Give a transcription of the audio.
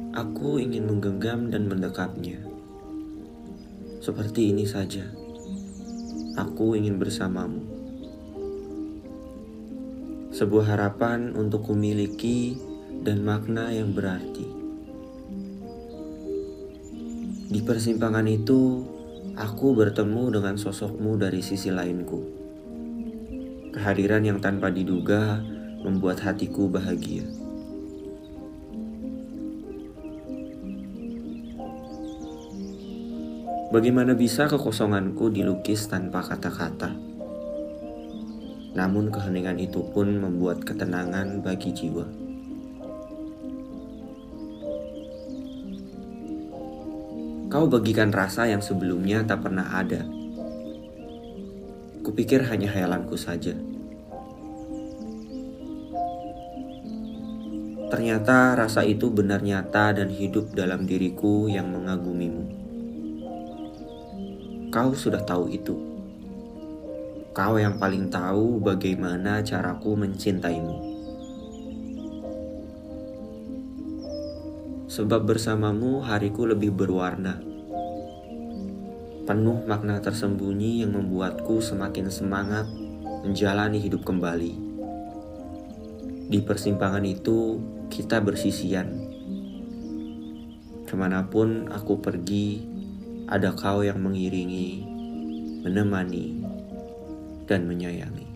Aku ingin menggenggam dan mendekapnya. Seperti ini saja. Aku ingin bersamamu. Sebuah harapan untuk kumiliki dan makna yang berarti. Di persimpangan itu, aku bertemu dengan sosokmu dari sisi lainku. Kehadiran yang tanpa diduga membuat hatiku bahagia. Bagaimana bisa kekosonganku dilukis tanpa kata-kata? Namun keheningan itu pun membuat ketenangan bagi jiwa. Kau bagikan rasa yang sebelumnya tak pernah ada. Kupikir hanya hayalanku saja. Ternyata rasa itu benar nyata dan hidup dalam diriku yang mengagumimu. Kau sudah tahu itu. Kau yang paling tahu bagaimana caraku mencintaimu. Sebab bersamamu hariku lebih berwarna. Penuh makna tersembunyi yang membuatku semakin semangat menjalani hidup kembali. Di persimpangan itu kita bersisian. Kemanapun aku pergi, ada kau yang mengiringi, menemani, dan menyayangi.